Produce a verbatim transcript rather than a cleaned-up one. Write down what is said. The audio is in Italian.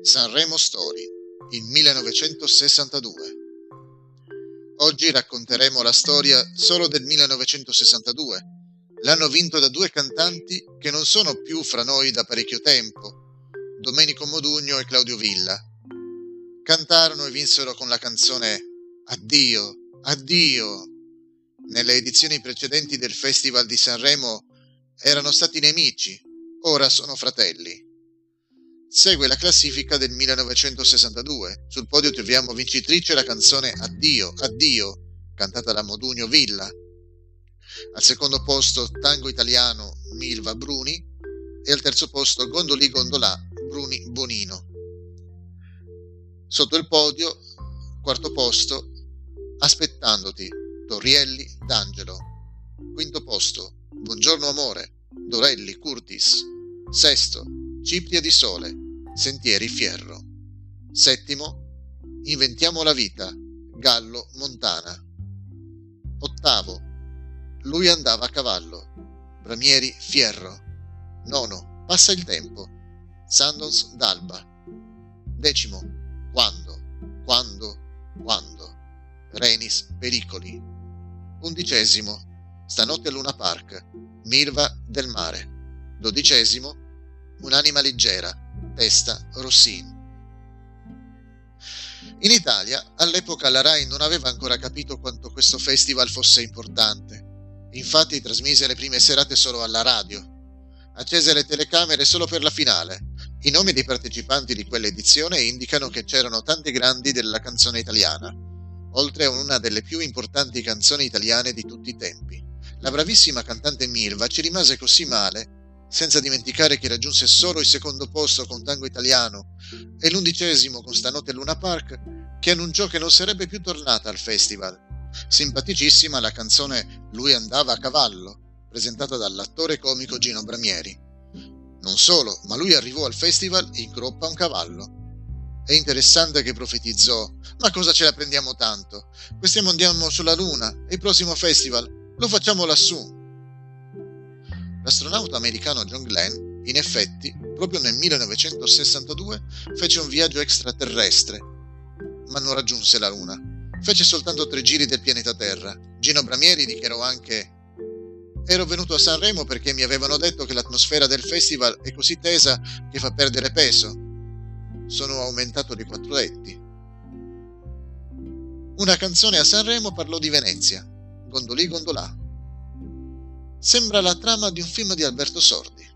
Sanremo Story, il millenovecentosessantadue. Oggi racconteremo la storia solo del millenovecentosessantadue. L'hanno vinto da due cantanti che non sono più fra noi da parecchio tempo, Domenico Modugno e Claudio Villa. Cantarono e vinsero con la canzone Addio, addio. Nelle edizioni precedenti del Festival di Sanremo erano stati nemici, ora sono fratelli. Segue la classifica del millenovecentosessantadue. Sul podio troviamo vincitrice la canzone Addio, addio, cantata da Modugno Villa. Al secondo posto Tango Italiano, Milva Bruni, e al terzo posto Gondolì Gondolà, Bruni Bonino. Sotto il podio, quarto posto, Aspettandoti, Torrielli D'Angelo. Quinto posto, Buongiorno Amore, Dorelli Curtis. Sesto, Cipria di Sole, Sentieri Fierro. Settimo, Inventiamo la vita, Gallo Montana. Ottavo, Lui andava a cavallo, Bramieri Fierro. Nono, Passa il tempo, Sandons d'Alba. Decimo, Quando, quando, quando, Renis Pericoli. Undicesimo, Stanotte a Luna Park, Milva del Mare. Dodicesimo, Un'anima leggera, Testa Rossin. In Italia, all'epoca la Rai non aveva ancora capito quanto questo festival fosse importante. Infatti trasmise le prime serate solo alla radio. Accese le telecamere solo per la finale. I nomi dei partecipanti di quell'edizione indicano che c'erano tanti grandi della canzone italiana, oltre a una delle più importanti canzoni italiane di tutti i tempi. La bravissima cantante Milva ci rimase così male, senza dimenticare che raggiunse solo il secondo posto con Tango Italiano e l'undicesimo con Stanotte a Luna Park, che annunciò che non sarebbe più tornata al festival. Simpaticissima la canzone Lui andava a cavallo, presentata dall'attore comico Gino Bramieri. Non solo, ma lui arrivò al festival in groppa a un cavallo. È interessante che profetizzò: ma cosa ce la prendiamo tanto? Quest'anno andiamo sulla Luna e il prossimo festival lo facciamo lassù. L'astronauta americano John Glenn, in effetti, proprio nel millenovecentosessantadue fece un viaggio extraterrestre, ma non raggiunse la Luna. Fece soltanto tre giri del pianeta Terra. Gino Bramieri dichiarò anche: ero venuto a Sanremo perché mi avevano detto che l'atmosfera del festival è così tesa che fa perdere peso. Sono aumentato di quattro letti. Una canzone a Sanremo parlò di Venezia, Gondolì Gondolà. Sembra la trama di un film di Alberto Sordi.